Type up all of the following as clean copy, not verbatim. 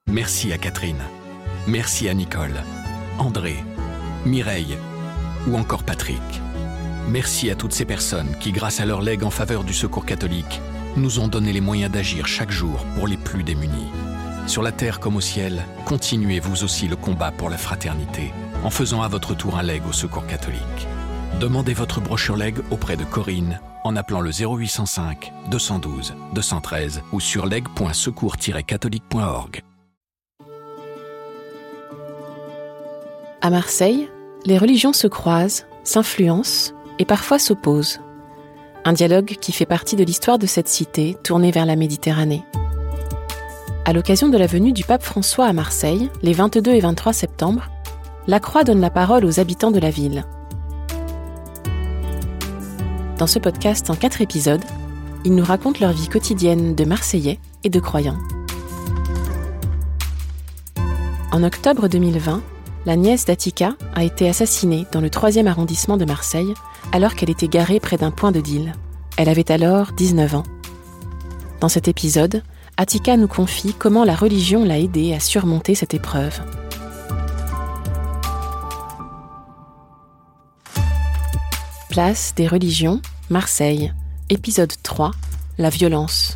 Merci à Catherine. Merci à Nicole, André, Mireille ou encore Patrick. Merci à toutes ces personnes qui, grâce à leur legs en faveur du Secours catholique, nous ont donné les moyens d'agir chaque jour pour les plus démunis. Sur la terre comme au ciel, continuez vous aussi le combat pour la fraternité en faisant à votre tour un leg au Secours catholique. Demandez votre brochure leg auprès de Corinne en appelant le 0805 212 213 ou sur leg.secours-catholique.org. À Marseille, les religions se croisent, s'influencent et parfois s'opposent. Un dialogue qui fait partie de l'histoire de cette cité tournée vers la Méditerranée. À l'occasion de la venue du pape François à Marseille, les 22 et 23 septembre, La Croix donne la parole aux habitants de la ville. Dans ce podcast en 4 épisodes, ils nous racontent leur vie quotidienne de Marseillais et de croyants. En octobre 2020, la nièce d'Atika a été assassinée dans le 3e arrondissement de Marseille alors qu'elle était garée près d'un point de deal. Elle avait alors 19 ans. Dans cet épisode, Atika nous confie comment la religion l'a aidée à surmonter cette épreuve. Place des religions, Marseille, épisode 3, la violence.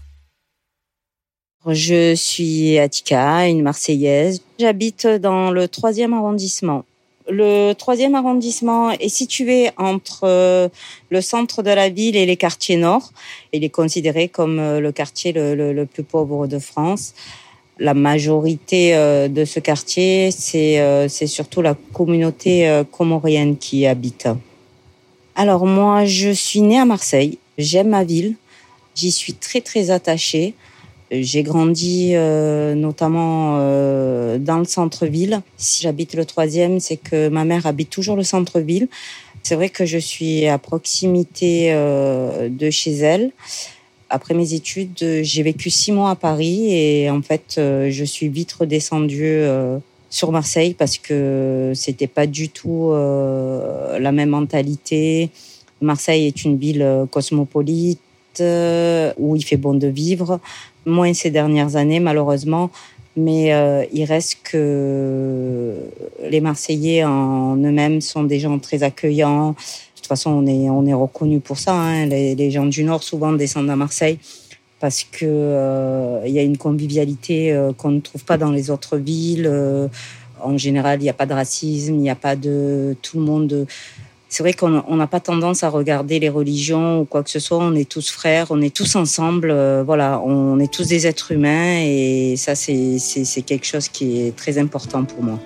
Je suis Atika, une Marseillaise. J'habite dans le 3e arrondissement. Le 3e arrondissement est situé entre le centre de la ville et les quartiers nord. Il est considéré comme le quartier le plus pauvre de France. La majorité de ce quartier, c'est surtout la communauté comorienne qui y habite. Alors moi, je suis née à Marseille. J'aime ma ville. J'y suis très très attachée. J'ai grandi notamment dans le centre-ville. Si j'habite le 3e, c'est que ma mère habite toujours le centre-ville. C'est vrai que je suis à proximité de chez elle. Après mes études, j'ai vécu 6 mois à Paris et en fait, je suis vite redescendue sur Marseille parce que c'était pas du tout la même mentalité. Marseille est une ville cosmopolite où il fait bon de vivre. Moins ces dernières années, malheureusement. Mais il reste que les Marseillais en eux-mêmes sont des gens très accueillants. De toute façon, on est reconnus pour ça. Hein. Les gens du Nord, souvent, descendent à Marseille parce que y a une convivialité qu'on ne trouve pas dans les autres villes. En général, il n'y a pas de racisme, il n'y a pas de... Tout le monde... C'est vrai qu'on n'a pas tendance à regarder les religions ou quoi que ce soit. On est tous frères, on est tous ensemble. Voilà, on est tous des êtres humains et ça, c'est quelque chose qui est très important pour moi.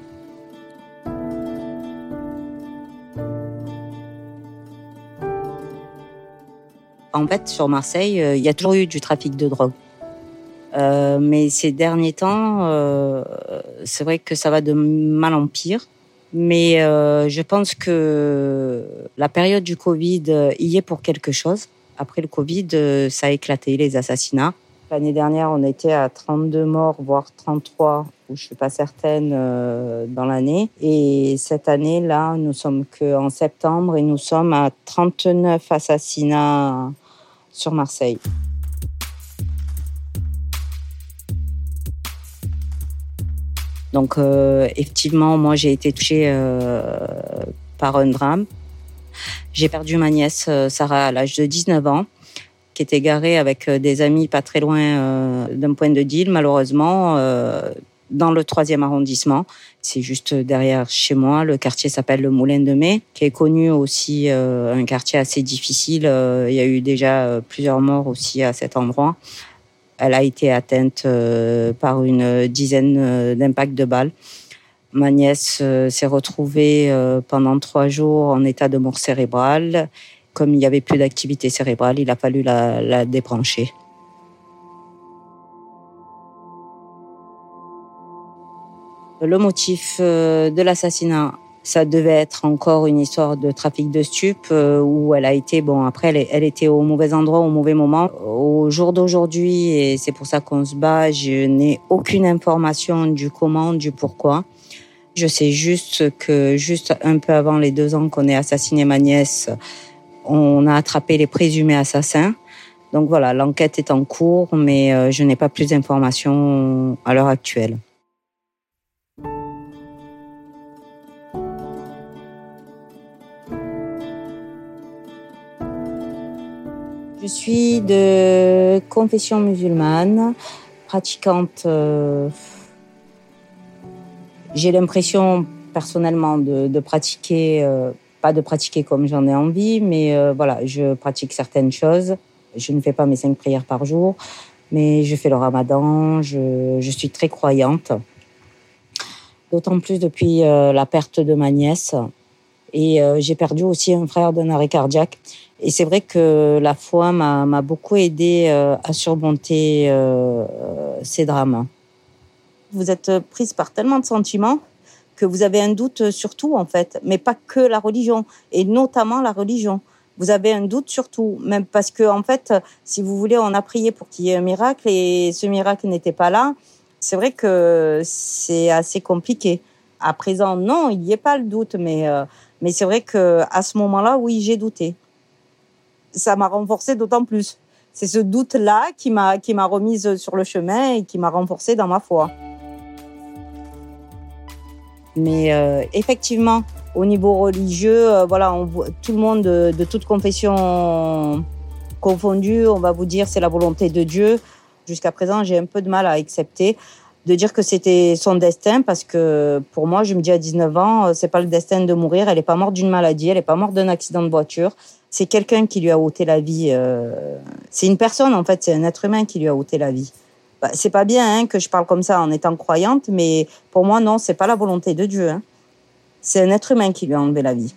En fait, sur Marseille, il y a toujours eu du trafic de drogue. Mais ces derniers temps, c'est vrai que ça va de mal en pire. Mais je pense que la période du Covid y est pour quelque chose. Après le Covid, ça a éclaté, les assassinats. L'année dernière, on était à 32 morts, voire 33, ou je suis pas certaine, dans l'année. Et cette année-là, nous sommes qu'en septembre et nous sommes à 39 assassinats sur Marseille. Donc, effectivement, moi, j'ai été touchée par un drame. J'ai perdu ma nièce, Sarah, à l'âge de 19 ans, qui était garée avec des amis pas très loin d'un point de deal, malheureusement, dans le 3e arrondissement. C'est juste derrière chez moi. Le quartier s'appelle le Moulin de Mai, qui est connu aussi, un quartier assez difficile. Il y a eu déjà plusieurs morts aussi à cet endroit. Elle a été atteinte par une dizaine d'impacts de balles. Ma nièce s'est retrouvée pendant 3 jours en état de mort cérébrale. Comme il n'y avait plus d'activité cérébrale, il a fallu la débrancher. Le motif de l'assassinat, ça devait être encore une histoire de trafic de stupes où elle a été, bon, après, elle était au mauvais endroit, au mauvais moment. Au jour d'aujourd'hui, et c'est pour ça qu'on se bat, je n'ai aucune information du comment, du pourquoi. Je sais juste que, juste un peu avant les 2 ans qu'on ait assassiné ma nièce, on a attrapé les présumés assassins. Donc voilà, l'enquête est en cours, mais je n'ai pas plus d'informations à l'heure actuelle. Je suis de confession musulmane, pratiquante. J'ai l'impression personnellement de pratiquer, pas de pratiquer comme j'en ai envie, mais voilà, je pratique certaines choses. Je ne fais pas mes 5 prières par jour, mais je fais le ramadan, je suis très croyante. D'autant plus depuis la perte de ma nièce. Et j'ai perdu aussi un frère d'un arrêt cardiaque. Et c'est vrai que la foi m'a beaucoup aidée à surmonter ces drames. Vous êtes prise par tellement de sentiments que vous avez un doute sur tout, en fait. Mais pas que la religion, et notamment la religion. Vous avez un doute sur tout, même parce que, en fait, si vous voulez, on a prié pour qu'il y ait un miracle et ce miracle n'était pas là. C'est vrai que c'est assez compliqué. À présent, non, il n'y ait pas le doute, mais c'est vrai que à ce moment-là, oui, j'ai douté. Ça m'a renforcée d'autant plus. C'est ce doute-là qui m'a remise sur le chemin et qui m'a renforcée dans ma foi. Mais effectivement, au niveau religieux, voilà, on voit tout le monde de toute confession confondue, on va vous dire c'est la volonté de Dieu. Jusqu'à présent, j'ai un peu de mal à accepter de dire que c'était son destin, parce que pour moi, je me dis à 19 ans, c'est pas le destin de mourir. Elle est pas morte d'une maladie, elle est pas morte d'un accident de voiture. C'est quelqu'un qui lui a ôté la vie. C'est une personne, en fait, c'est un être humain qui lui a ôté la vie. Bah, c'est pas bien que je parle comme ça en étant croyante, mais pour moi, non, c'est pas la volonté de Dieu. C'est un être humain qui lui a enlevé la vie.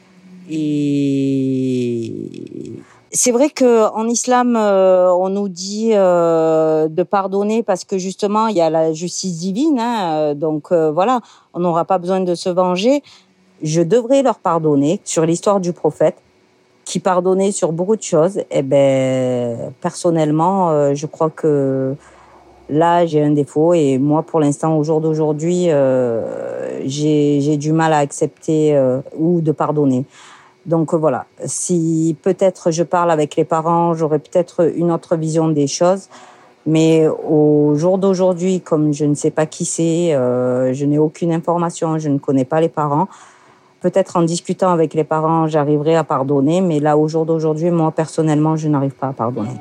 Et c'est vrai qu'en islam, on nous dit de pardonner parce que justement, il y a la justice divine. Donc voilà, on n'aura pas besoin de se venger. Je devrais leur pardonner sur l'histoire du prophète, qui pardonnait sur beaucoup de choses. Et personnellement, je crois que là, j'ai un défaut. Et moi, pour l'instant, au jour d'aujourd'hui, j'ai du mal à accepter ou de pardonner. Donc voilà, si peut-être je parle avec les parents, j'aurais peut-être une autre vision des choses. Mais au jour d'aujourd'hui, comme je ne sais pas qui c'est, je n'ai aucune information, je ne connais pas les parents. Peut-être en discutant avec les parents, j'arriverai à pardonner. Mais là, au jour d'aujourd'hui, moi, personnellement, je n'arrive pas à pardonner.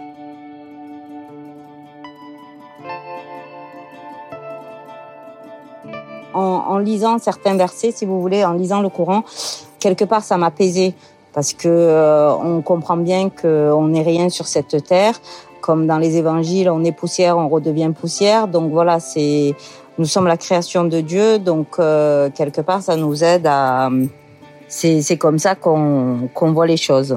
En lisant certains versets, si vous voulez, en lisant le Coran, quelque part, ça m'apaisait parce que on comprend bien qu'on n'est rien sur cette terre. Comme dans les évangiles, on est poussière, on redevient poussière. Donc voilà, nous sommes la création de Dieu. Donc quelque part, ça nous aide à. C'est comme ça qu'on voit les choses.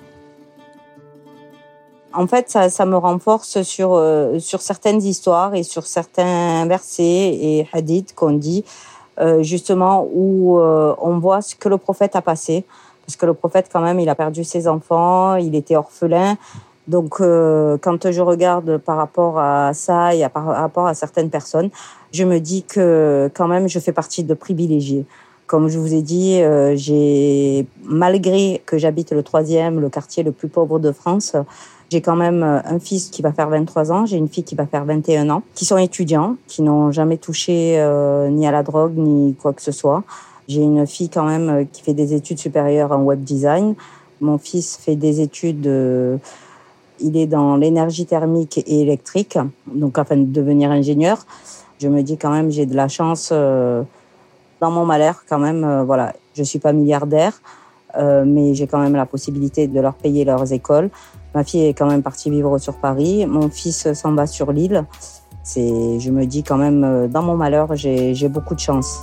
En fait, ça me renforce sur certaines histoires et sur certains versets et hadiths qu'on dit, justement, où on voit ce que le prophète a passé. Parce que le prophète, quand même, il a perdu ses enfants, il était orphelin. Donc, quand je regarde par rapport à ça et par rapport à certaines personnes, je me dis que, quand même, je fais partie de privilégiés. Comme je vous ai dit, malgré que j'habite le 3e, le quartier le plus pauvre de France, j'ai quand même un fils qui va faire 23 ans, j'ai une fille qui va faire 21 ans, qui sont étudiants, qui n'ont jamais touché ni à la drogue, ni quoi que ce soit. J'ai une fille quand même qui fait des études supérieures en web design. Mon fils fait des études, il est dans l'énergie thermique et électrique, donc afin de devenir ingénieur. Je me dis quand même, j'ai de la chance dans mon malheur quand même. Voilà, je suis pas milliardaire, mais j'ai quand même la possibilité de leur payer leurs écoles. Ma fille est quand même partie vivre sur Paris. Mon fils s'en va sur l'île. Je me dis quand même, dans mon malheur, j'ai beaucoup de chance.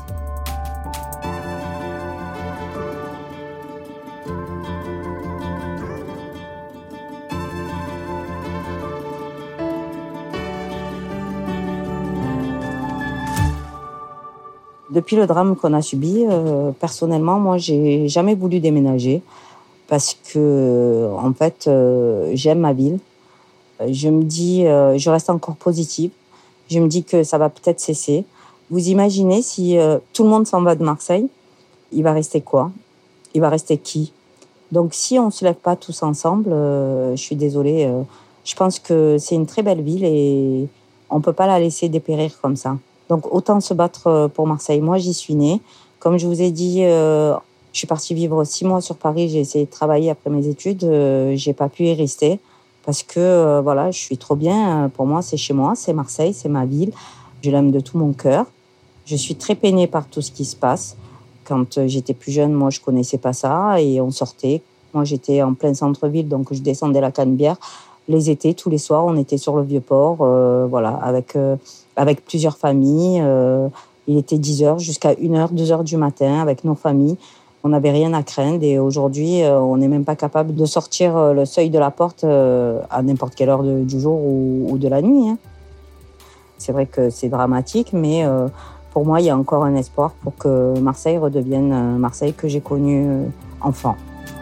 Depuis le drame qu'on a subi, personnellement, moi, j'ai jamais voulu déménager. Parce que, en fait, j'aime ma ville. Je me dis, je reste encore positive. Je me dis que ça va peut-être cesser. Vous imaginez si tout le monde s'en va de Marseille, il va rester quoi? Il va rester qui? Donc, si on se lève pas tous ensemble, je suis désolée, Je pense que c'est une très belle ville et on ne peut pas la laisser dépérir comme ça. Donc autant se battre pour Marseille. Moi, j'y suis née. Comme je vous ai dit, je suis partie vivre 6 mois sur Paris. J'ai essayé de travailler après mes études. J'ai pas pu y rester parce que voilà, je suis trop bien. Pour moi, c'est chez moi, c'est Marseille, c'est ma ville. Je l'aime de tout mon cœur. Je suis très peinée par tout ce qui se passe. Quand j'étais plus jeune, moi, je connaissais pas ça et on sortait. Moi, j'étais en plein centre-ville, donc je descendais la Canebière. Les étés, tous les soirs, on était sur le Vieux-Port, voilà, avec plusieurs familles. Il était 10h jusqu'à 1h, 2h du matin avec nos familles. On n'avait rien à craindre et aujourd'hui, on n'est même pas capable de sortir le seuil de la porte à n'importe quelle heure du jour ou de la nuit. Hein. C'est vrai que c'est dramatique, mais pour moi, il y a encore un espoir pour que Marseille redevienne Marseille que j'ai connue enfant.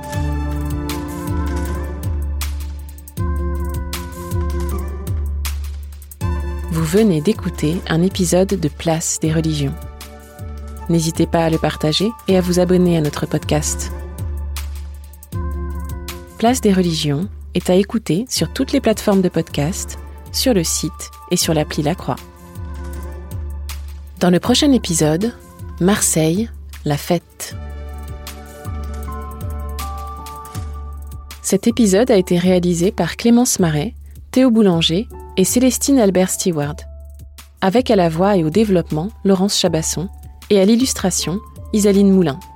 Vous venez d'écouter un épisode de Place des religions. N'hésitez pas à le partager et à vous abonner à notre podcast. Place des religions est à écouter sur toutes les plateformes de podcast, sur le site et sur l'appli La Croix. Dans le prochain épisode, Marseille, la fête. Cet épisode a été réalisé par Clémence Marais, Théo Boulanger et Célestine Albert-Stewart, avec à la voix et au développement Laurence Chabasson et à l'illustration Isaline Moulin.